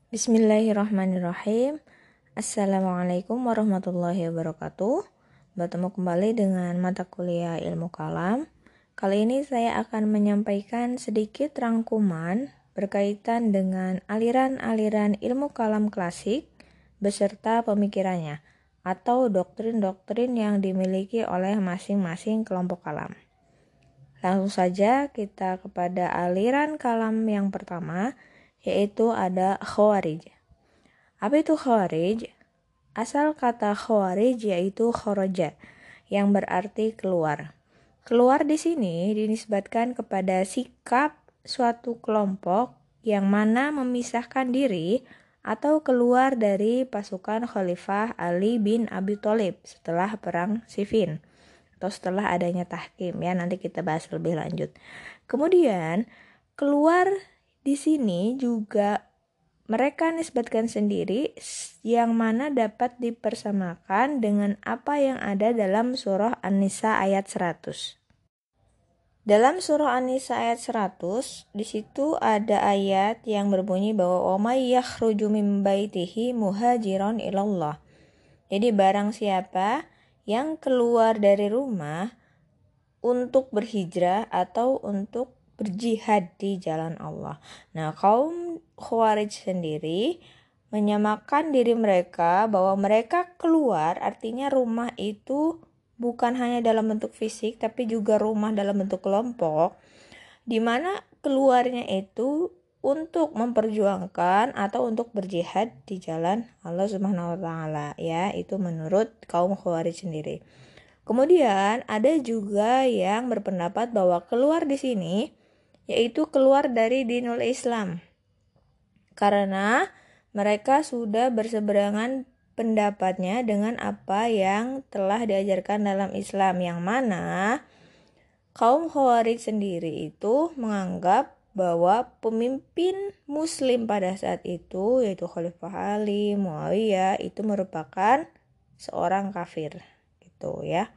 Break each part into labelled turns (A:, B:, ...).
A: Bismillahirrahmanirrahim. Assalamualaikum warahmatullahi wabarakatuh. Bertemu kembali dengan mata kuliah ilmu kalam. Kali ini saya akan menyampaikan sedikit rangkuman berkaitan dengan aliran-aliran ilmu kalam klasik beserta pemikirannya atau doktrin-doktrin yang dimiliki oleh masing-masing kelompok kalam. Langsung saja kita kepada aliran kalam yang pertama, yaitu ada Khawarij. Apa itu Khawarij? Asal kata Khawarij yaitu kharaja, yang berarti keluar. Keluar di sini dinisbatkan kepada sikap suatu kelompok yang mana memisahkan diri atau keluar dari pasukan Khalifah Ali bin Abi Thalib setelah perang Siffin atau setelah adanya tahkim, ya nanti kita bahas lebih lanjut. Kemudian keluar di sini juga mereka nisbatkan sendiri yang mana dapat dipersamakan dengan apa yang ada dalam surah An-Nisa ayat 100. Dalam surah An-Nisa ayat 100, di situ ada ayat yang berbunyi bahwa wa may yakhruju min baitihi muhajiran ilallah. Jadi barang siapa yang keluar dari rumah untuk berhijrah atau untuk berjihad di jalan Allah. Nah, kaum Khawarij sendiri menyamakan diri mereka bahwa mereka keluar, artinya rumah itu bukan hanya dalam bentuk fisik tapi juga rumah dalam bentuk kelompok, di mana keluarnya itu untuk memperjuangkan atau untuk berjihad di jalan Allah Subhanahu wa taala, ya, itu menurut kaum Khawarij sendiri. Kemudian ada juga yang berpendapat bahwa keluar di sini yaitu keluar dari dinul Islam, karena mereka sudah berseberangan pendapatnya dengan apa yang telah diajarkan dalam Islam, yang mana kaum Khawarij sendiri itu menganggap bahwa pemimpin muslim pada saat itu yaitu Khalifah Ali, Muawiyah itu merupakan seorang kafir, gitu ya.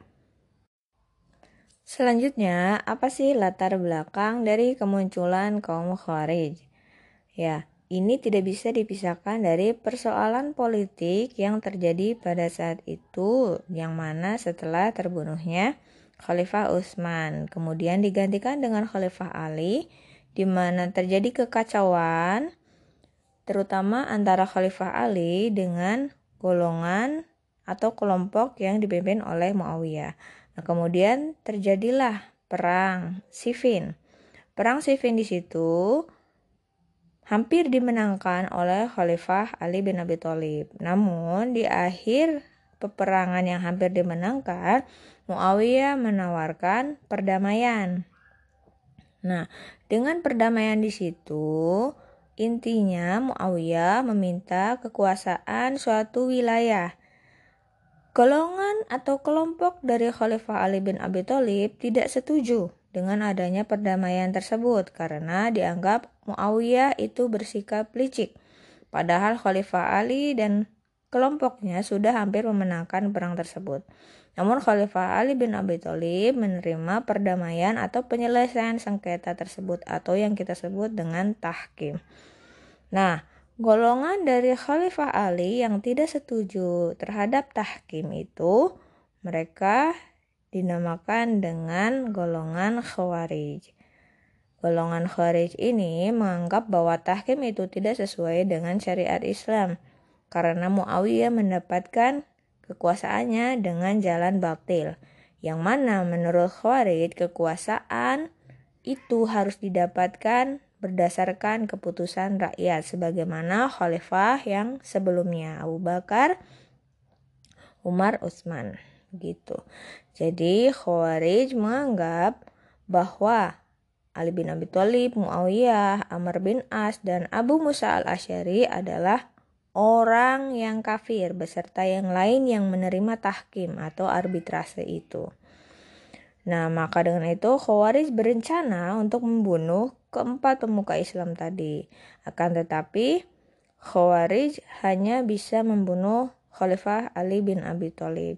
A: Selanjutnya, apa sih latar belakang dari kemunculan kaum Khawarij? Ya, ini tidak bisa dipisahkan dari persoalan politik yang terjadi pada saat itu, yang mana setelah terbunuhnya Khalifah Utsman, kemudian digantikan dengan Khalifah Ali, di mana terjadi kekacauan, terutama antara Khalifah Ali dengan golongan atau kelompok yang dipimpin oleh Muawiyah. Nah, kemudian terjadilah perang Siffin. Perang Siffin di situ hampir dimenangkan oleh Khalifah Ali bin Abi Thalib. Namun di akhir peperangan yang hampir dimenangkan, Muawiyah menawarkan perdamaian. Nah, dengan perdamaian di situ, intinya Muawiyah meminta kekuasaan suatu wilayah. Golongan atau kelompok dari Khalifah Ali bin Abi Thalib tidak setuju dengan adanya perdamaian tersebut karena dianggap Muawiyah itu bersikap licik. Padahal Khalifah Ali dan kelompoknya sudah hampir memenangkan perang tersebut. Namun Khalifah Ali bin Abi Thalib menerima perdamaian atau penyelesaian sengketa tersebut atau yang kita sebut dengan tahkim. Nah, golongan dari Khalifah Ali yang tidak setuju terhadap tahkim itu, mereka dinamakan dengan golongan Khawarij. Golongan Khawarij ini menganggap bahwa tahkim itu tidak sesuai dengan syariat Islam, karena Muawiyah mendapatkan kekuasaannya dengan jalan batil, yang mana menurut Khawarij kekuasaan itu harus didapatkan berdasarkan keputusan rakyat sebagaimana khalifah yang sebelumnya, Abu Bakar, Umar, Utsman, gitu. Jadi Khawarij menganggap bahwa Ali bin Abi Thalib, Muawiyah, Amr bin As, dan Abu Musa al-Asy'ari adalah orang yang kafir beserta yang lain yang menerima tahkim atau arbitrase itu. Nah, maka dengan itu Khawarij berencana untuk membunuh keempat pemuka Islam tadi. Akan tetapi Khawarij hanya bisa membunuh Khalifah Ali bin Abi Thalib.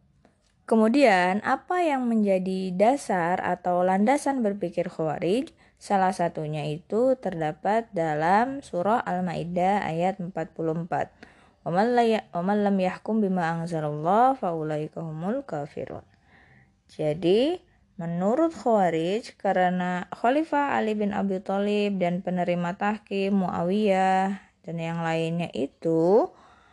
A: Kemudian, apa yang menjadi dasar atau landasan berpikir Khawarij? Salah satunya itu terdapat dalam surah Al-Maidah ayat 44. Wa man lam yahkum bima anzalallah faulaika humul kafirun. Jadi, menurut Khawarij, karena Khalifah Ali bin Abi Thalib dan penerima tahkim Muawiyah dan yang lainnya itu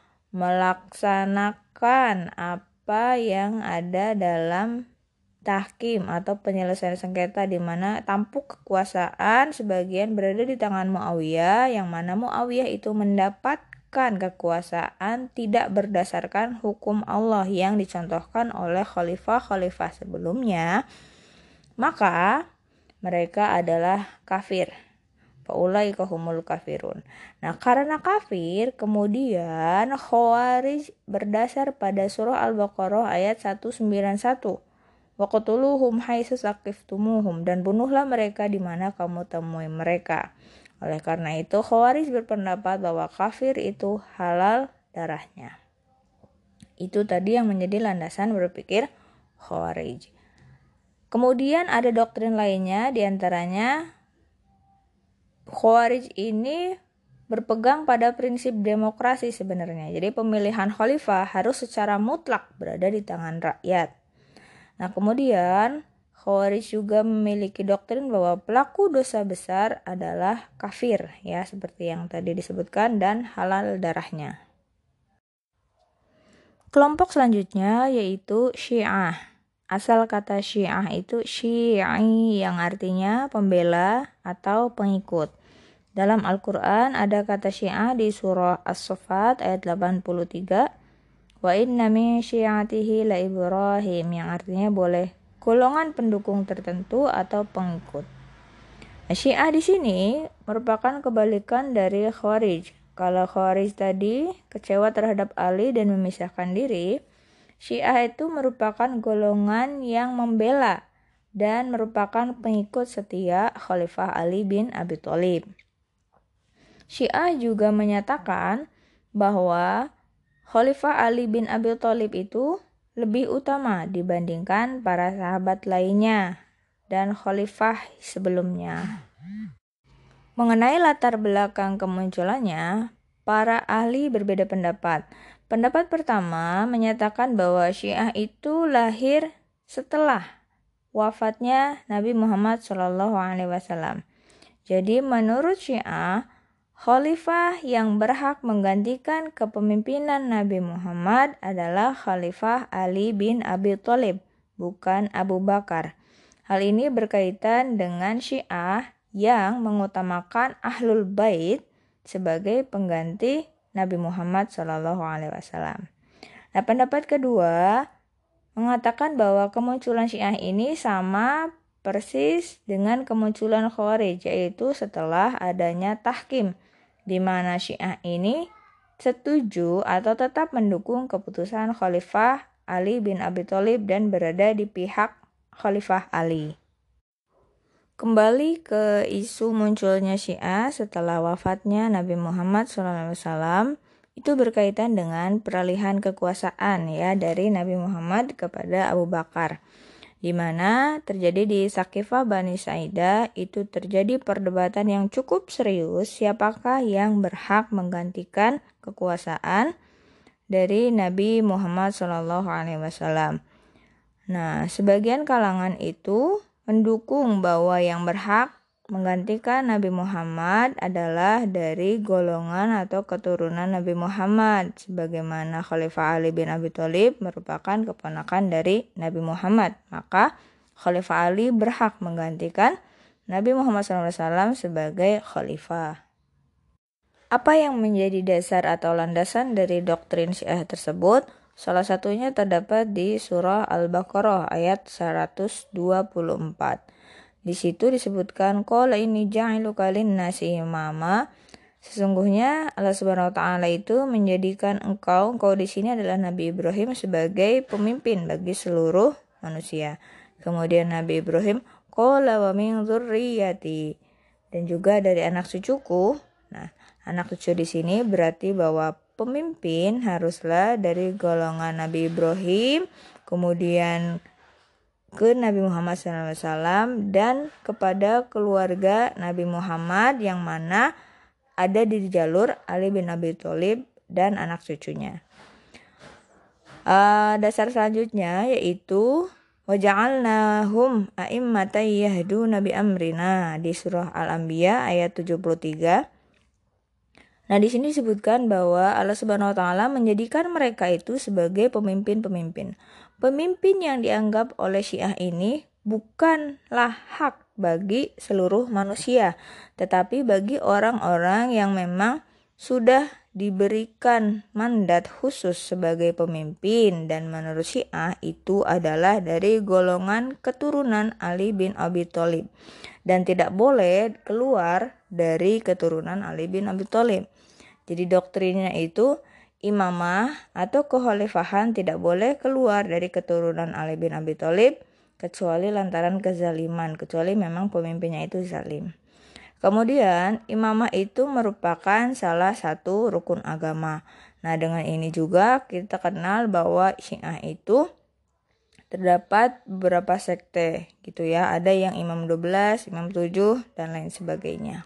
A: melaksanakan apa yang ada dalam tahkim atau penyelesaian sengketa, di mana tampuk kekuasaan sebagian berada di tangan Muawiyah, yang mana Muawiyah itu mendapatkan kekuasaan tidak berdasarkan hukum Allah yang dicontohkan oleh khalifah-khalifah sebelumnya, maka mereka adalah kafir. Faulaika humul kafirun. Nah, karena kafir, kemudian Khawarij berdasar pada surah Al-Baqarah ayat 191. Waqtuluhum haitsu saqiftumuhum, dan bunuhlah mereka di mana kamu temui mereka. Oleh karena itu, Khawarij berpendapat bahwa kafir itu halal darahnya. Itu tadi yang menjadi landasan berpikir Khawarij. Kemudian ada doktrin lainnya, diantaranya Khawarij ini berpegang pada prinsip demokrasi sebenarnya. Jadi pemilihan khalifah harus secara mutlak berada di tangan rakyat. Nah, kemudian Khawarij juga memiliki doktrin bahwa pelaku dosa besar adalah kafir, ya, seperti yang tadi disebutkan, dan halal darahnya. Kelompok selanjutnya yaitu Syiah. Asal kata Syiah itu Syi'i, yang artinya pembela atau pengikut. Dalam Al-Quran ada kata Syiah di surah As-Saffat ayat 83. Wa inna min syi'atihi la Ibrahim, yang artinya boleh golongan pendukung tertentu atau pengikut. Nah, Syiah di sini merupakan kebalikan dari Khawarij. Kalau Khawarij tadi kecewa terhadap Ali dan memisahkan diri, Syiah itu merupakan golongan yang membela dan merupakan pengikut setia Khalifah Ali bin Abi Thalib. Syiah juga menyatakan bahwa Khalifah Ali bin Abi Thalib itu lebih utama dibandingkan para sahabat lainnya dan khalifah sebelumnya. Mengenai latar belakang kemunculannya, para ahli berbeda pendapat. Pendapat pertama menyatakan bahwa Syiah itu lahir setelah wafatnya Nabi Muhammad SAW. Jadi menurut Syiah, khalifah yang berhak menggantikan kepemimpinan Nabi Muhammad adalah Khalifah Ali bin Abi Thalib, bukan Abu Bakar. Hal ini berkaitan dengan Syiah yang mengutamakan Ahlul Bait sebagai pengganti Nabi Muhammad SAW. Nah, pendapat kedua mengatakan bahwa kemunculan Syiah ini sama persis dengan kemunculan Khawarij, yaitu setelah adanya tahkim, di mana Syiah ini setuju atau tetap mendukung keputusan Khalifah Ali bin Abi Thalib dan berada di pihak Khalifah Ali. Kembali ke isu munculnya Syiah setelah wafatnya Nabi Muhammad SAW, itu berkaitan dengan peralihan kekuasaan, ya, dari Nabi Muhammad kepada Abu Bakar, di mana terjadi di Saqifah Bani Sa'idah. Itu terjadi perdebatan yang cukup serius, siapakah yang berhak menggantikan kekuasaan dari Nabi Muhammad SAW. Nah, sebagian kalangan itu mendukung bahwa yang berhak menggantikan Nabi Muhammad adalah dari golongan atau keturunan Nabi Muhammad, sebagaimana Khalifah Ali bin Abi Thalib merupakan keponakan dari Nabi Muhammad. Maka Khalifah Ali berhak menggantikan Nabi Muhammad SAW sebagai khalifah. Apa yang menjadi dasar atau landasan dari doktrin Syiah tersebut? Salah satunya terdapat di surah Al-Baqarah ayat 124. Di situ disebutkan qala inni ja'iluka lin-nasi imama. Sesungguhnya Allah Subhanahu wa taala itu menjadikan engkau di sini adalah Nabi Ibrahim sebagai pemimpin bagi seluruh manusia. Kemudian Nabi Ibrahim qala wa min dzurriyyati, dan juga dari anak cucuku. Nah, anak cucu di sini berarti bahwa pemimpin haruslah dari golongan Nabi Ibrahim, kemudian ke Nabi Muhammad SAW dan kepada keluarga Nabi Muhammad yang mana ada di jalur Ali bin Abi Thalib dan anak cucunya. Dasar selanjutnya yaitu waja'alnahum a'immatan yahduna bi amrina di surah Al-Anbiya ayat 73. Nah, di sini disebutkan bahwa Allah Subhanahu wa taala menjadikan mereka itu sebagai pemimpin-pemimpin. Pemimpin yang dianggap oleh Syiah ini bukanlah hak bagi seluruh manusia, tetapi bagi orang-orang yang memang sudah diberikan mandat khusus sebagai pemimpin, dan menurut Syiah itu adalah dari golongan keturunan Ali bin Abi Thalib dan tidak boleh keluar dari keturunan Ali bin Abi Thalib. Jadi doktrinnya itu imamah atau kekhalifahan tidak boleh keluar dari keturunan Ali bin Abi Thalib kecuali lantaran kezaliman, kecuali memang pemimpinnya itu zalim. Kemudian imamah itu merupakan salah satu rukun agama. Nah, dengan ini juga kita kenal bahwa Syiah itu terdapat beberapa sekte gitu ya. Ada yang imam 12, imam 7 dan lain sebagainya.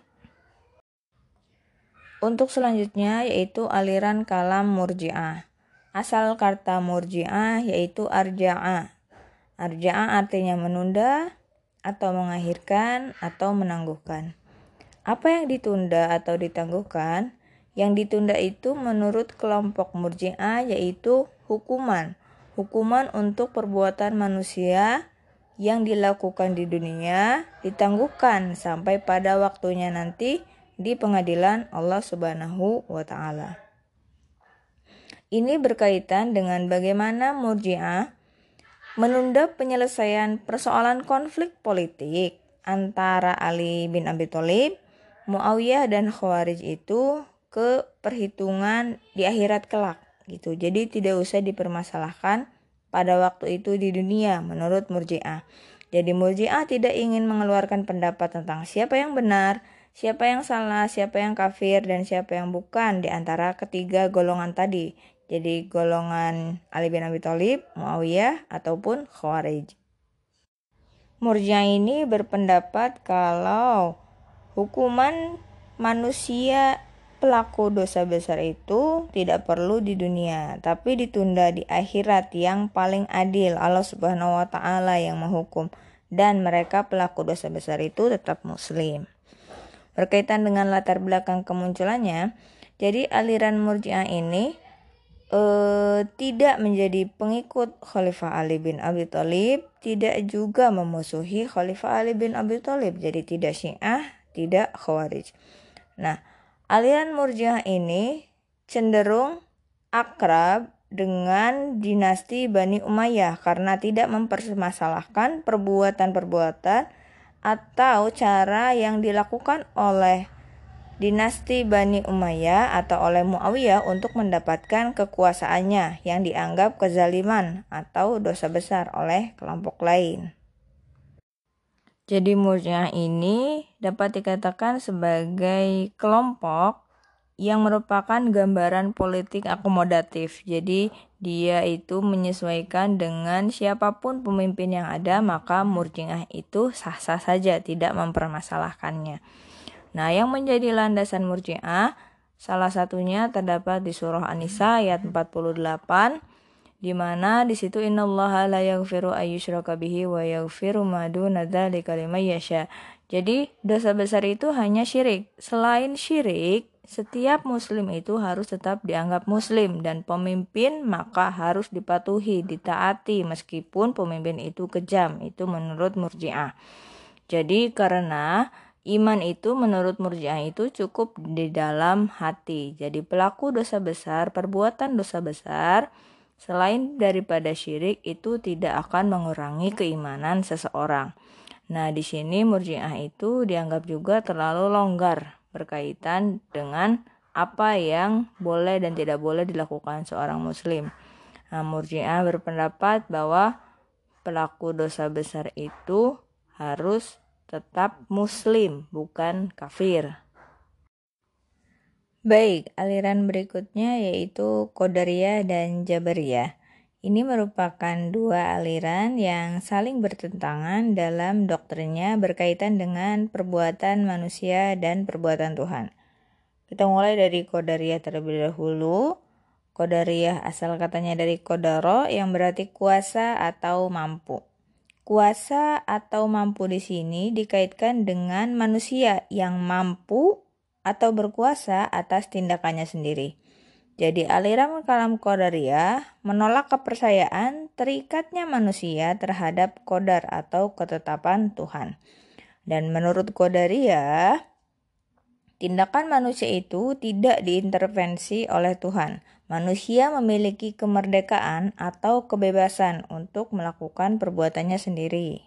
A: Untuk selanjutnya yaitu aliran kalam Murji'ah. Asal kata Murji'ah yaitu arja'a. Arja'a artinya menunda atau mengakhirkan atau menangguhkan. Apa yang ditunda atau ditangguhkan? Yang ditunda itu menurut kelompok Murji'ah yaitu hukuman. Hukuman untuk perbuatan manusia yang dilakukan di dunia ditangguhkan sampai pada waktunya nanti di pengadilan Allah Subhanahu wa taala. Ini berkaitan dengan bagaimana Murji'ah menunda penyelesaian persoalan konflik politik antara Ali bin Abi Thalib, Muawiyah dan Khawarij itu ke perhitungan di akhirat kelak gitu. Jadi tidak usah dipermasalahkan pada waktu itu di dunia menurut Murji'ah. Jadi Murji'ah tidak ingin mengeluarkan pendapat tentang siapa yang benar, siapa yang salah, siapa yang kafir, dan siapa yang bukan di antara ketiga golongan tadi. Jadi golongan Ali bin Abi Thalib, Muawiyah, ataupun Khawarij. Murji'ah ini berpendapat kalau hukuman manusia pelaku dosa besar itu tidak perlu di dunia, tapi ditunda di akhirat yang paling adil. Allah Subhanahu wa taala yang menghukum, dan mereka pelaku dosa besar itu tetap muslim. Berkaitan dengan latar belakang kemunculannya, jadi aliran Murji'ah ini tidak menjadi pengikut Khalifah Ali bin Abi Thalib, tidak juga memusuhi Khalifah Ali bin Abi Thalib. Jadi tidak Syiah, tidak Khawarij. Nah, aliran Murji'ah ini cenderung akrab dengan dinasti Bani Umayyah karena tidak mempermasalahkan perbuatan-perbuatan atau cara yang dilakukan oleh dinasti Bani Umayyah atau oleh Muawiyah untuk mendapatkan kekuasaannya yang dianggap kezaliman atau dosa besar oleh kelompok lain. Jadi Murji'ah ini dapat dikatakan sebagai kelompok yang merupakan gambaran politik akomodatif. Jadi dia itu menyesuaikan dengan siapapun pemimpin yang ada, maka Murji'ah itu sah-sah saja, tidak mempermasalahkannya. Nah, yang menjadi landasan Murji'ah salah satunya terdapat di surah An-Nisa ayat 48, di mana di situ innallaha la yaghfiru ayyushraka bihi wa yaghfiru ma duna dzalika liman yasha. Jadi dosa besar itu hanya syirik. Selain syirik, setiap muslim itu harus tetap dianggap muslim, dan pemimpin maka harus dipatuhi, ditaati meskipun pemimpin itu kejam. Itu menurut Murji'ah. Jadi karena iman itu menurut Murji'ah itu cukup di dalam hati. Jadi pelaku dosa besar, perbuatan dosa besar selain daripada syirik itu tidak akan mengurangi keimanan seseorang. Nah, di sini Murji'ah itu dianggap juga terlalu longgar berkaitan dengan apa yang boleh dan tidak boleh dilakukan seorang muslim. Nah, Murji'ah berpendapat bahwa pelaku dosa besar itu harus tetap muslim, bukan kafir. Baik, aliran berikutnya yaitu Qadariyah dan Jabariyah. Ini merupakan dua aliran yang saling bertentangan dalam doktrinnya berkaitan dengan perbuatan manusia dan perbuatan Tuhan. Kita mulai dari Qadariyah terlebih dahulu. Qadariyah asal katanya dari Qadara yang berarti kuasa atau mampu. Kuasa atau mampu di sini dikaitkan dengan manusia yang mampu atau berkuasa atas tindakannya sendiri. Jadi aliran kalam Qadariyah menolak kepercayaan terikatnya manusia terhadap qadar atau ketetapan Tuhan. Dan menurut Qadariyah, tindakan manusia itu tidak diintervensi oleh Tuhan. Manusia memiliki kemerdekaan atau kebebasan untuk melakukan perbuatannya sendiri.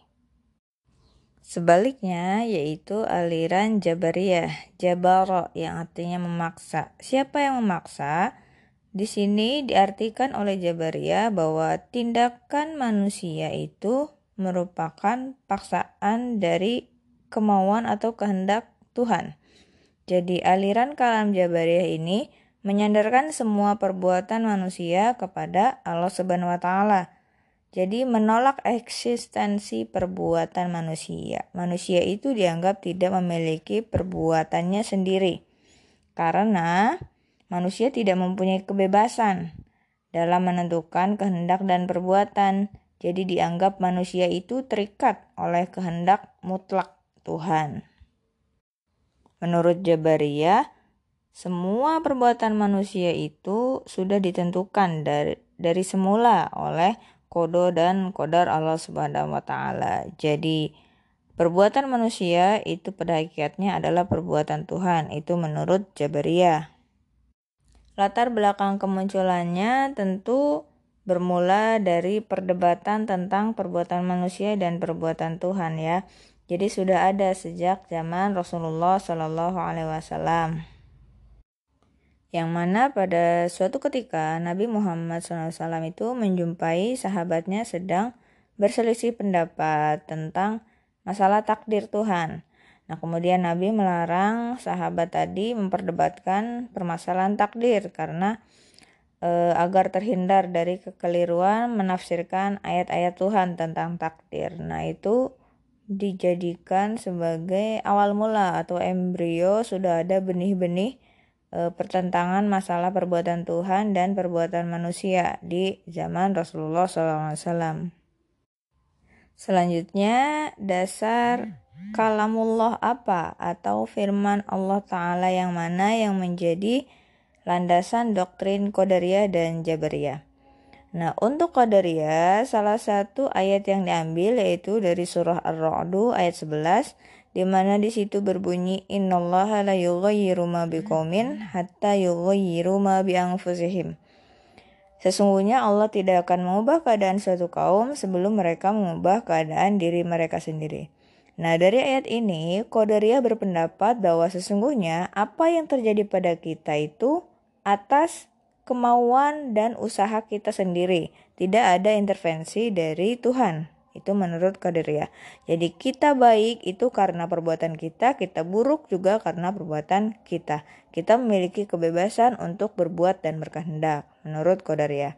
A: Sebaliknya yaitu aliran Jabariyah, Jabara yang artinya memaksa. Siapa yang memaksa? Di sini diartikan oleh Jabariyah bahwa tindakan manusia itu merupakan paksaan dari kemauan atau kehendak Tuhan. Jadi aliran kalam Jabariyah ini menyandarkan semua perbuatan manusia kepada Allah Subhanahu wa taala. Jadi menolak eksistensi perbuatan manusia. Manusia itu dianggap tidak memiliki perbuatannya sendiri. Karena manusia tidak mempunyai kebebasan dalam menentukan kehendak dan perbuatan. Jadi dianggap manusia itu terikat oleh kehendak mutlak Tuhan. Menurut Jabariyah, semua perbuatan manusia itu sudah ditentukan dari semula oleh qada dan qadar Allah Subhanahu wa taala. Jadi perbuatan manusia itu pada hakikatnya adalah perbuatan Tuhan. Itu menurut Jabariyah. Latar belakang kemunculannya tentu bermula dari perdebatan tentang perbuatan manusia dan perbuatan Tuhan ya. Jadi sudah ada sejak zaman Rasulullah Shallallahu Alaihi Wasallam. Yang mana pada suatu ketika Nabi Muhammad SAW itu menjumpai sahabatnya sedang berselisih pendapat tentang masalah takdir Tuhan. Nah kemudian Nabi melarang sahabat tadi memperdebatkan permasalahan takdir karena agar terhindar dari kekeliruan menafsirkan ayat-ayat Tuhan tentang takdir. Nah itu dijadikan sebagai awal mula atau embrio, sudah ada benih-benih pertentangan masalah perbuatan Tuhan dan perbuatan manusia di zaman Rasulullah SAW. Selanjutnya dasar kalamullah apa atau firman Allah Ta'ala yang mana yang menjadi landasan doktrin Qadariyah dan Jabariyah. Nah untuk Qadariyah salah satu ayat yang diambil yaitu dari surah Ar-Ra'd ayat 11 di mana di situ berbunyi innallaha la yughayyiru ma biqaumin hatta yughayyiru ma bi anfusihim. Sesungguhnya Allah tidak akan mengubah keadaan suatu kaum sebelum mereka mengubah keadaan diri mereka sendiri. Nah dari ayat ini Qadariyah berpendapat bahwa sesungguhnya apa yang terjadi pada kita itu atas kemauan dan usaha kita sendiri. Tidak ada intervensi dari Tuhan. Itu menurut Qadariyah. Jadi kita baik itu karena perbuatan kita buruk juga karena perbuatan kita. Kita memiliki kebebasan untuk berbuat dan berkehendak menurut Qadariyah.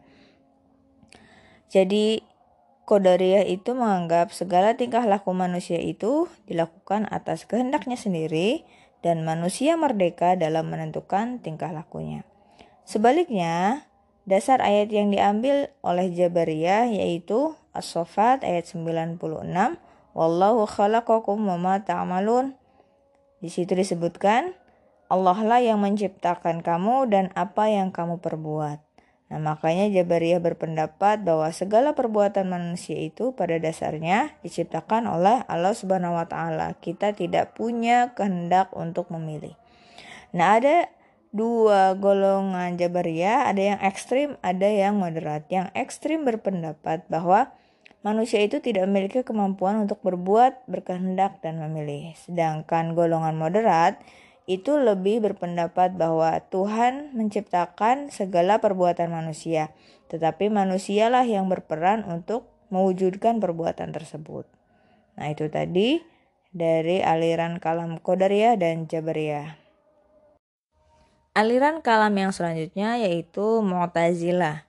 A: Jadi Qadariyah itu menganggap segala tingkah laku manusia itu dilakukan atas kehendaknya sendiri dan manusia merdeka dalam menentukan tingkah lakunya. Sebaliknya, dasar ayat yang diambil oleh Jabariyah yaitu As-Saffat ayat 96, Wallahu khalaqakum wa ma ta'malun. Di situ disebutkan, Allah lah yang menciptakan kamu dan apa yang kamu perbuat. Nah, makanya Jabariyah berpendapat bahwa segala perbuatan manusia itu pada dasarnya diciptakan oleh Allah Subhanahu wa taala. Kita tidak punya kehendak untuk memilih. Nah, ada dua golongan Jabariyah, ada yang ekstrim, ada yang moderat. Yang ekstrim berpendapat bahwa manusia itu tidak memiliki kemampuan untuk berbuat, berkehendak, dan memilih. Sedangkan golongan moderat itu lebih berpendapat bahwa Tuhan menciptakan segala perbuatan manusia, tetapi manusialah yang berperan untuk mewujudkan perbuatan tersebut. Nah itu tadi dari aliran kalam Qadariyah dan Jabariyah. Aliran kalam yang selanjutnya yaitu Mu'tazilah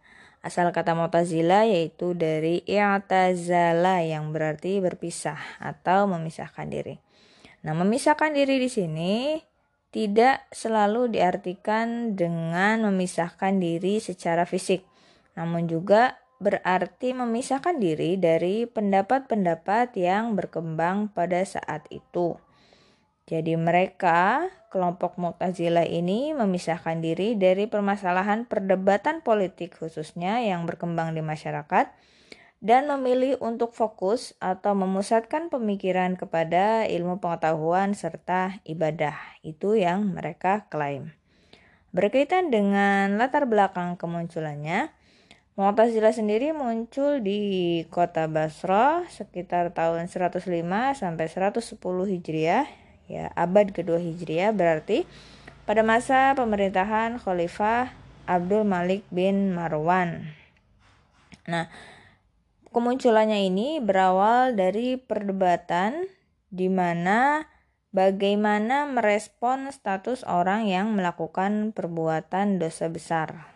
A: Asal kata Mu'tazilah yaitu dari i'tazala yang berarti berpisah atau memisahkan diri. Nah, memisahkan diri di sini tidak selalu diartikan dengan memisahkan diri secara fisik, namun juga berarti memisahkan diri dari pendapat-pendapat yang berkembang pada saat itu. Jadi mereka, kelompok Mu'tazilah ini memisahkan diri dari permasalahan perdebatan politik khususnya yang berkembang di masyarakat dan memilih untuk fokus atau memusatkan pemikiran kepada ilmu pengetahuan serta ibadah. Itu yang mereka klaim. Berkaitan dengan latar belakang kemunculannya, Mu'tazilah sendiri muncul di kota Basra sekitar tahun 105 sampai 110 Hijriah, ya, abad kedua Hijriah, berarti pada masa pemerintahan Khalifah Abdul Malik bin Marwan. Nah, kemunculannya ini berawal dari perdebatan di mana bagaimana merespon status orang yang melakukan perbuatan dosa besar.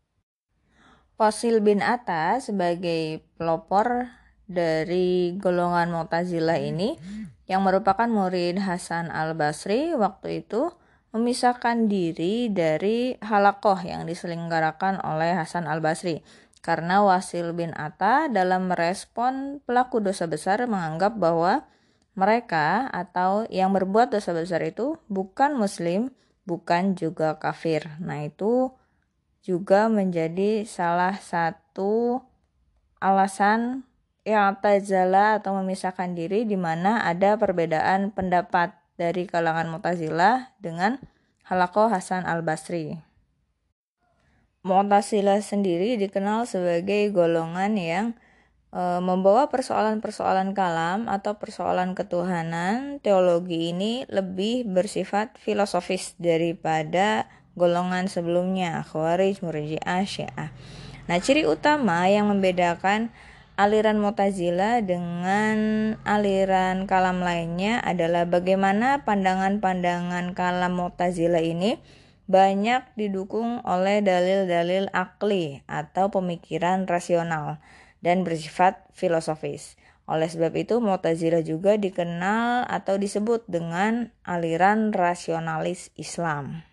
A: Wasil bin Atta sebagai pelopor dari golongan Mu'tazilah ini yang merupakan murid Hasan al-Basri waktu itu memisahkan diri dari halaqah yang diselenggarakan oleh Hasan al-Basri karena Wasil bin Atta dalam merespon pelaku dosa besar menganggap bahwa mereka atau yang berbuat dosa besar itu bukan muslim, bukan juga kafir. Nah, itu juga menjadi salah satu alasan i'tazala atau memisahkan diri di mana ada perbedaan pendapat dari kalangan Mu'tazilah dengan halaqah Hasan al-Basri. Mu'tazilah sendiri dikenal sebagai golongan yang membawa persoalan-persoalan kalam atau persoalan ketuhanan. Teologi ini lebih bersifat filosofis daripada golongan sebelumnya, Khawarij, Murji'ah, Syiah. Nah, ciri utama yang membedakan aliran Mu'tazilah dengan aliran kalam lainnya adalah bagaimana pandangan-pandangan kalam Mu'tazilah ini banyak didukung oleh dalil-dalil akli atau pemikiran rasional dan bersifat filosofis. Oleh sebab itu, Mu'tazilah juga dikenal atau disebut dengan aliran rasionalis Islam.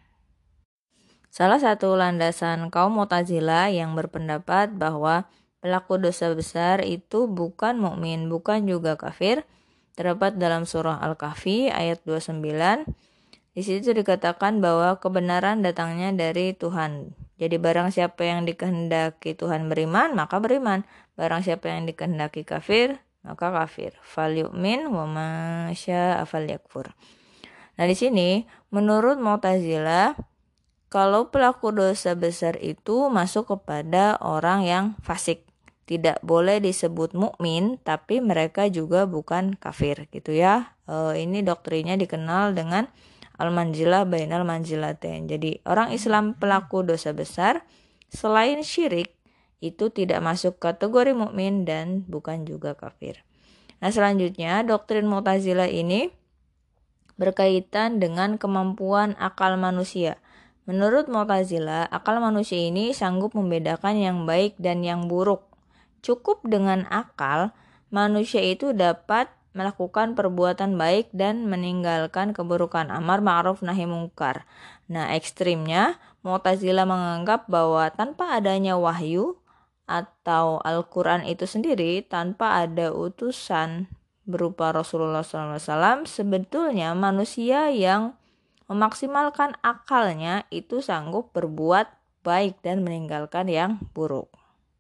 A: Salah satu landasan kaum Mu'tazilah yang berpendapat bahwa pelaku dosa besar itu bukan mukmin, bukan juga kafir, terdapat dalam surah Al-Kahfi ayat 29. Di situ dikatakan bahwa kebenaran datangnya dari Tuhan. Jadi barang siapa yang dikehendaki Tuhan beriman, maka beriman. Barang siapa yang dikehendaki kafir, maka kafir. Falyu'min wa ma syaa falyakfur. Nah, di sini menurut Mu'tazilah, kalau pelaku dosa besar itu masuk kepada orang yang fasik, tidak boleh disebut mukmin, tapi mereka juga bukan kafir, gitu ya. Ini doktrinnya dikenal dengan al-manzilah bainal manzilatain. Jadi orang Islam pelaku dosa besar selain syirik itu tidak masuk kategori mukmin dan bukan juga kafir. Nah, selanjutnya doktrin Mu'tazilah ini berkaitan dengan kemampuan akal manusia. Menurut Mu'tazilah, akal manusia ini sanggup membedakan yang baik dan yang buruk. Cukup dengan akal, manusia itu dapat melakukan perbuatan baik dan meninggalkan keburukan, amar ma'ruf nahi mungkar. Nah, ekstrimnya Mu'tazilah menganggap bahwa tanpa adanya wahyu atau Al-Quran itu sendiri, tanpa ada utusan berupa Rasulullah SAW, sebetulnya manusia yang memaksimalkan akalnya itu sanggup berbuat baik dan meninggalkan yang buruk.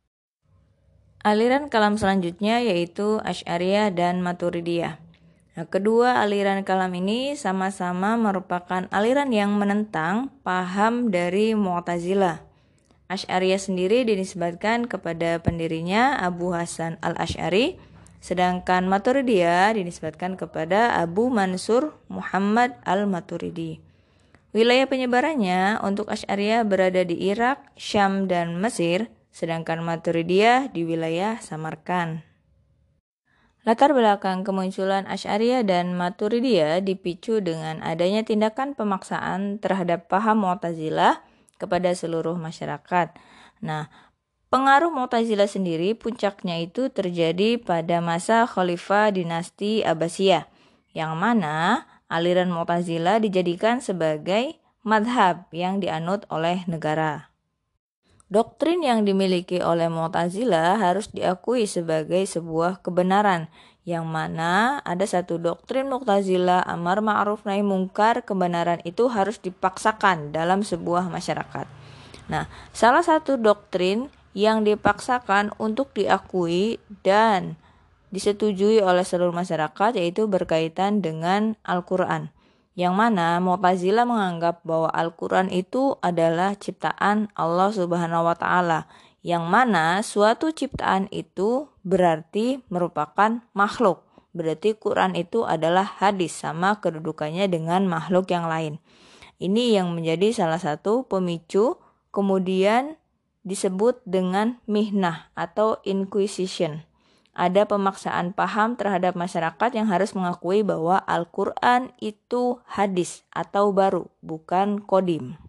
A: Aliran kalam selanjutnya yaitu Asy'ariyah dan Maturidiyah. Nah, kedua aliran kalam ini sama-sama merupakan aliran yang menentang paham dari Mu'tazilah. Asy'ariyah sendiri dinisbatkan kepada pendirinya Abu Hasan al-Asy'ari, sedangkan Maturidiyah dinisbatkan kepada Abu Mansur Muhammad al-Maturidi. Wilayah penyebarannya untuk Asy'ariyah berada di Irak, Syam, dan Mesir, sedangkan Maturidiyah di wilayah Samarkand. Latar belakang kemunculan Asy'ariyah dan Maturidiyah dipicu dengan adanya tindakan pemaksaan terhadap paham Mu'tazilah kepada seluruh masyarakat. Nah, Pengaruh Mu'tazilah sendiri puncaknya itu terjadi pada masa Khalifah dinasti Abbasiyah, yang mana aliran Mu'tazilah dijadikan sebagai madhab yang dianut oleh negara. Doktrin yang dimiliki oleh Mu'tazilah harus diakui sebagai sebuah kebenaran, yang mana ada satu doktrin Mu'tazilah amar ma'ruf nahi mungkar, kebenaran itu harus dipaksakan dalam sebuah masyarakat. Nah, salah satu doktrin yang dipaksakan untuk diakui dan disetujui oleh seluruh masyarakat yaitu berkaitan dengan Al-Quran, yang mana Mu'tazilah menganggap bahwa Al-Quran itu adalah ciptaan Allah Subhanahu wa Ta'ala, yang mana suatu ciptaan itu berarti merupakan makhluk. Berarti Quran itu adalah hadis, sama kedudukannya dengan makhluk yang lain. Ini yang menjadi salah satu pemicu kemudian disebut dengan mihnah atau inquisition. Ada pemaksaan paham terhadap masyarakat yang harus mengakui bahwa Al-Quran itu hadis atau baru, bukan kodim.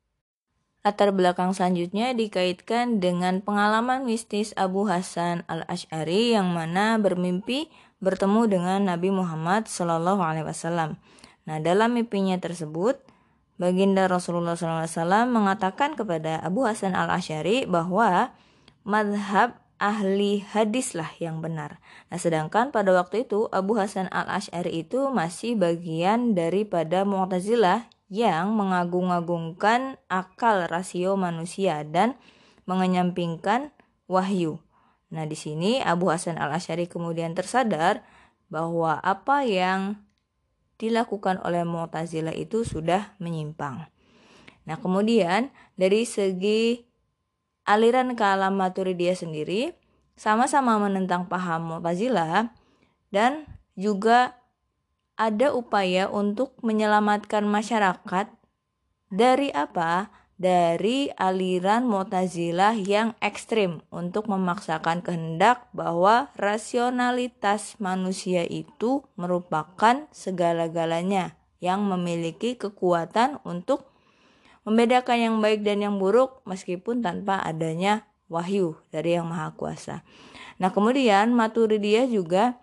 A: Latar belakang selanjutnya dikaitkan dengan pengalaman mistis Abu Hasan al-Asy'ari yang mana bermimpi bertemu dengan Nabi Muhammad SAW. Nah, dalam mimpinya tersebut, Baginda Rasulullah SAW mengatakan kepada Abu Hasan al-Asy'ari bahwa madhab ahli hadislah yang benar. Nah, sedangkan pada waktu itu Abu Hasan al-Asy'ari itu masih bagian daripada Mu'tazilah yang mengagung-agungkan akal rasio manusia dan mengenyampingkan wahyu. Nah, di sini Abu Hasan al-Asy'ari kemudian tersadar bahwa apa yang dilakukan oleh Mu'tazilah itu sudah menyimpang. Nah, kemudian dari segi aliran kalam Maturidiyah sendiri sama-sama menentang paham Mu'tazilah dan juga ada upaya untuk menyelamatkan masyarakat dari apa? Dari aliran Mu'tazilah yang ekstrim untuk memaksakan kehendak bahwa rasionalitas manusia itu merupakan segala-galanya yang memiliki kekuatan untuk membedakan yang baik dan yang buruk meskipun tanpa adanya wahyu dari Yang Maha Kuasa. Nah, kemudian Maturidiyah juga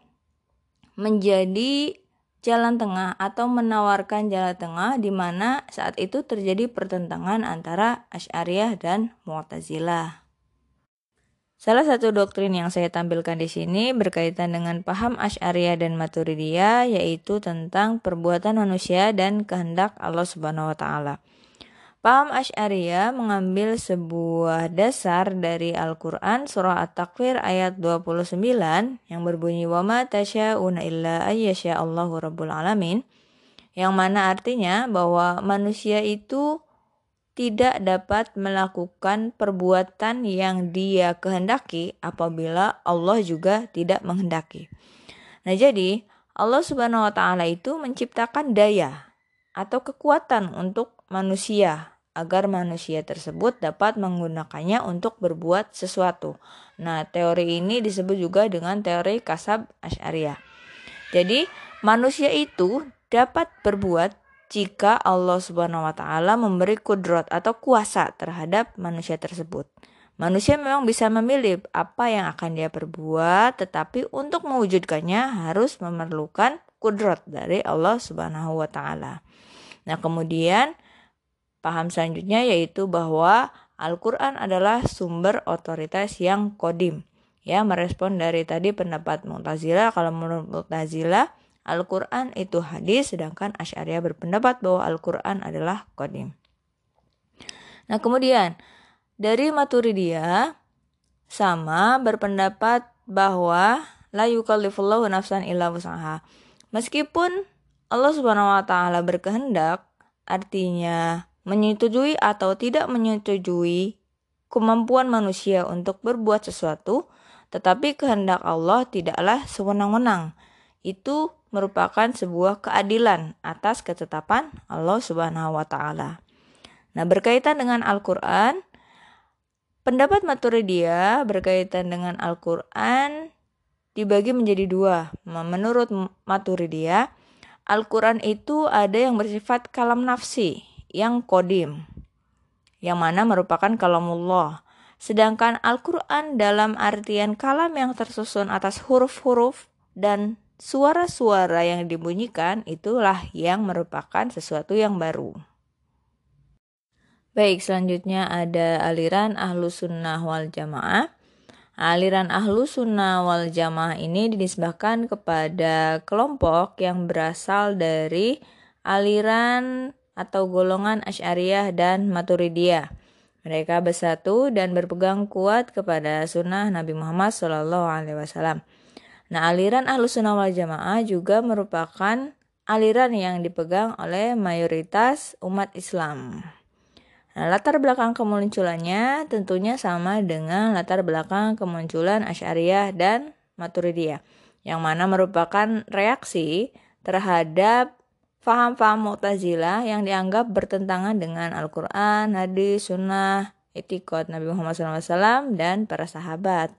A: menjadi jalan tengah atau menawarkan jalan tengah di mana saat itu terjadi pertentangan antara Asy'ariyah dan Mu'tazilah. Salah satu doktrin yang saya tampilkan di sini berkaitan dengan paham Asy'ariyah dan Maturidiyah, yaitu tentang perbuatan manusia dan kehendak Allah Subhanahu wa Ta'ala. Paham Asy'ariyah mengambil sebuah dasar dari Al-Quran surah At-Takwir ayat 29 yang berbunyi wa ma tasya'una illa ayyasha Allahu rabbul alamin, yang mana artinya bahwa manusia itu tidak dapat melakukan perbuatan yang dia kehendaki apabila Allah juga tidak menghendaki. Nah, jadi Allah Subhanahu wa Ta'ala itu menciptakan daya atau kekuatan untuk manusia agar manusia tersebut dapat menggunakannya untuk berbuat sesuatu. Nah, teori ini disebut juga dengan teori kasab Asy'ariyah. Jadi, manusia itu dapat berbuat jika Allah Subhanahu wa Ta'ala memberi kudrat atau kuasa terhadap manusia tersebut. Manusia memang bisa memilih apa yang akan dia perbuat, tetapi untuk mewujudkannya harus memerlukan kudrat dari Allah Subhanahu wa Ta'ala. Nah, kemudian paham selanjutnya yaitu bahwa Al-Quran adalah sumber otoritas yang kodim. Ya, merespon dari tadi pendapat Mu'tazilah. Kalau menurut Mu'tazilah, Al-Quran itu hadis, sedangkan Asy'ariyah berpendapat bahwa Al-Quran adalah kodim. Nah, kemudian dari Maturidiyah sama berpendapat bahwa la yukallifullahu nafsan illa wus'aha. Meskipun Allah Subhanahu wa Ta'ala berkehendak, artinya menyetujui atau tidak menyetujui kemampuan manusia untuk berbuat sesuatu, tetapi kehendak Allah tidaklah sewenang-wenang. Itu merupakan sebuah keadilan atas ketetapan Allah Subhanahu wa Ta'ala. Nah, berkaitan dengan Al-Quran, pendapat Maturidiyah berkaitan dengan Al-Quran dibagi menjadi dua. Menurut Maturidiyah, Al-Quran itu ada yang bersifat kalam nafsi, yang kodim, yang mana merupakan kalamullah. Sedangkan Al-Quran dalam artian kalam yang tersusun atas huruf-huruf dan suara-suara yang dibunyikan, itulah yang merupakan sesuatu yang baru. Baik, selanjutnya ada aliran Ahlus Sunnah wal Jamaah. Aliran Ahlus Sunnah wal Jamaah ini dinisbahkan kepada kelompok yang berasal dari aliran atau golongan Asy'ariyah dan Maturidiyah. Mereka bersatu dan berpegang kuat kepada sunnah Nabi Muhammad SAW. Nah, aliran Ahlus Sunnah wal Jamaah juga merupakan aliran yang dipegang oleh mayoritas umat Islam. Nah, latar belakang kemunculannya tentunya sama dengan latar belakang kemunculan Asy'ariyah dan Maturidiyah, yang mana merupakan reaksi terhadap faham-faham Mu'tazilah yang dianggap bertentangan dengan Al-Quran, hadis, sunnah, i'tiqad Nabi Muhammad SAW, dan para sahabat.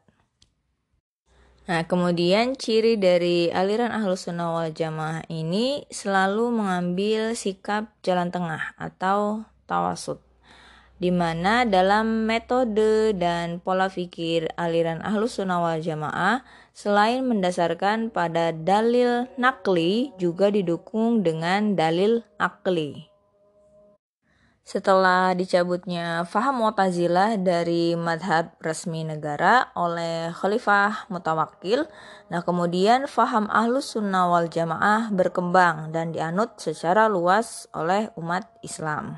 A: Nah, kemudian ciri dari aliran Ahlus Sunnah wal Jamaah ini selalu mengambil sikap jalan tengah atau tawasud, di mana dalam metode dan pola pikir aliran Ahlus Sunnah wal Jamaah selain mendasarkan pada dalil nakli juga didukung dengan dalil akli. Setelah dicabutnya faham Mu'tazilah dari madhab resmi negara oleh Khalifah Mutawakkil, nah kemudian faham Ahlus Sunnah wal Jamaah berkembang dan dianut secara luas oleh umat Islam.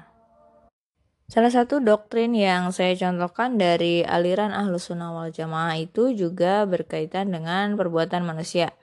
A: Salah satu doktrin yang saya contohkan dari aliran Ahlus Sunnah wal Jamaah itu juga berkaitan dengan perbuatan manusia,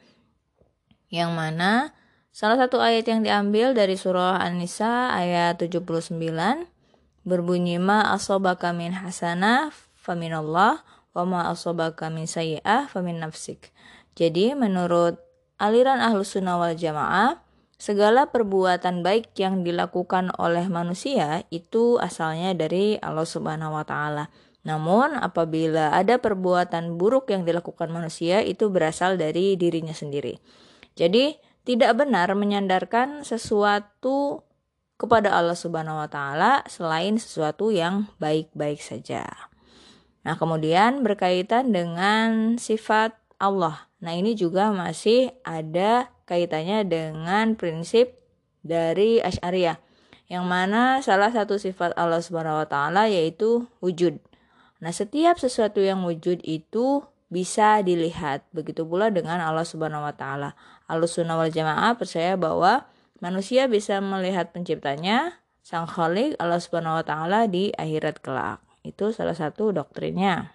A: yang mana salah satu ayat yang diambil dari surah An-Nisa ayat 79 berbunyi ma asobaka min hasanah faminallah wa ma asobaka min sayyi'ah famin nafsik. Jadi menurut aliran Ahlus Sunnah wal Jamaah, segala perbuatan baik yang dilakukan oleh manusia itu asalnya dari Allah Subhanahu wa taala. Namun apabila ada perbuatan buruk yang dilakukan manusia itu berasal dari dirinya sendiri. Jadi tidak benar menyandarkan sesuatu kepada Allah Subhanahu wa taala selain sesuatu yang baik-baik saja. Nah, kemudian berkaitan dengan sifat Allah. Nah, ini juga masih ada kaitannya dengan prinsip dari Asy'ariyah, yang mana salah satu sifat Allah Subhanahu wa taala yaitu wujud. Nah, setiap sesuatu yang wujud itu bisa dilihat. Begitu pula dengan Allah Subhanahu wa taala. Ahlus Sunnah wal Jamaah percaya bahwa manusia bisa melihat penciptanya, Sang Khalik Allah Subhanahu wa taala di akhirat kelak. Itu salah satu doktrinnya.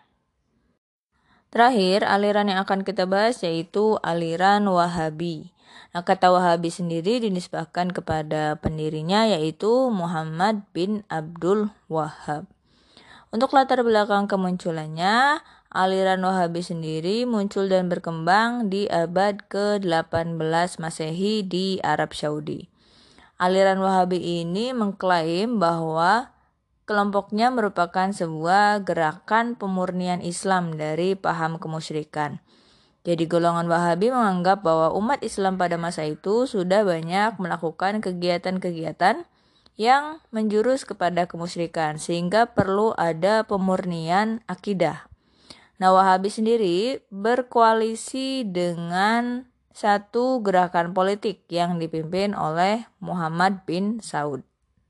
A: Terakhir, aliran yang akan kita bahas yaitu aliran Wahabi. Nah, kata Wahabi sendiri dinisbahkan kepada pendirinya yaitu Muhammad bin Abdul Wahhab. Untuk latar belakang kemunculannya, aliran Wahabi sendiri muncul dan berkembang di abad ke-18 Masehi di Arab Saudi. Aliran Wahabi ini mengklaim bahwa kelompoknya merupakan sebuah gerakan pemurnian Islam dari paham kemusyrikan. Jadi golongan Wahabi menganggap bahwa umat Islam pada masa itu sudah banyak melakukan kegiatan-kegiatan yang menjurus kepada kemusyrikan sehingga perlu ada pemurnian akidah. Nah, Wahabi sendiri berkoalisi dengan satu gerakan politik yang dipimpin oleh Muhammad bin Saud.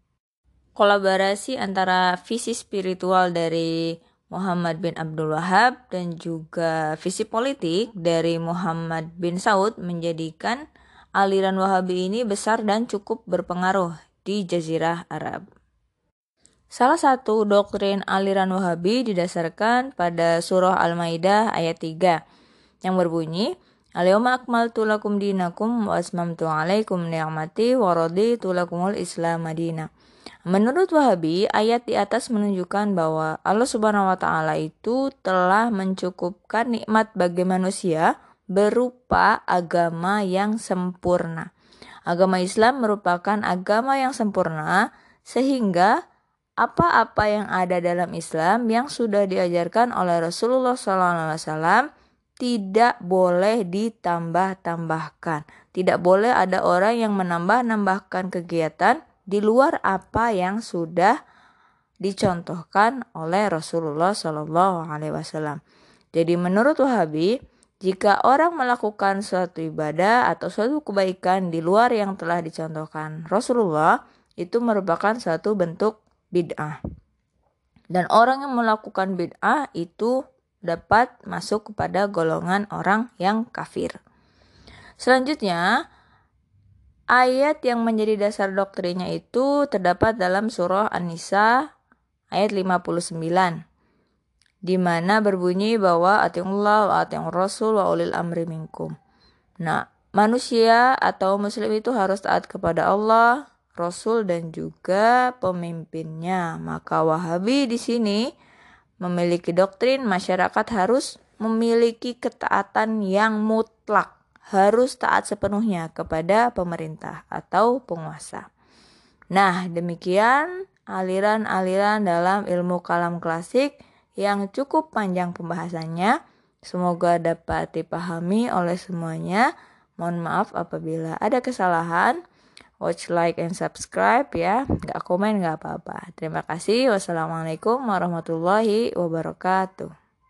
A: Kolaborasi antara visi spiritual dari Muhammad bin Abdul Wahhab dan juga visi politik dari Muhammad bin Saud menjadikan aliran Wahabi ini besar dan cukup berpengaruh di Jazirah Arab. Salah satu doktrin aliran Wahabi didasarkan pada surah Al-Maidah ayat 3 yang berbunyi Al-yawma akmaltu lakum dinakum wa asmamtu alaikum ni'mati wa raditu lakumul Islam madina. Menurut Wahabi, ayat di atas menunjukkan bahwa Allah Subhanahu wa taala itu telah mencukupkan nikmat bagi manusia berupa agama yang sempurna. Agama Islam merupakan agama yang sempurna sehingga apa-apa yang ada dalam Islam yang sudah diajarkan oleh Rasulullah SAW tidak boleh ditambah-tambahkan. Tidak boleh ada orang yang menambah-nambahkan kegiatan di luar apa yang sudah dicontohkan oleh Rasulullah Shallallahu Alaihi Wasallam. Jadi menurut Wahabi, jika orang melakukan suatu ibadah atau suatu kebaikan di luar yang telah dicontohkan Rasulullah, itu merupakan suatu bentuk bid'ah. Dan orang yang melakukan bid'ah itu dapat masuk kepada golongan orang yang kafir. Selanjutnya, ayat yang menjadi dasar doktrinnya itu terdapat dalam surah An-Nisa ayat 59. Di mana berbunyi bahwa atiullah wa atiur rasul wa ulil amri minkum. Nah, manusia atau muslim itu harus taat kepada Allah, Rasul dan juga pemimpinnya. Maka Wahabi di sini memiliki doktrin masyarakat harus memiliki ketaatan yang mutlak, harus taat sepenuhnya kepada pemerintah atau penguasa. Nah, demikian aliran-aliran dalam ilmu kalam klasik yang cukup panjang pembahasannya. Semoga dapat dipahami oleh semuanya. Mohon maaf apabila ada kesalahan. Watch, like, and subscribe ya. Gak komen gak apa-apa. Terima kasih. Wassalamualaikum warahmatullahi wabarakatuh.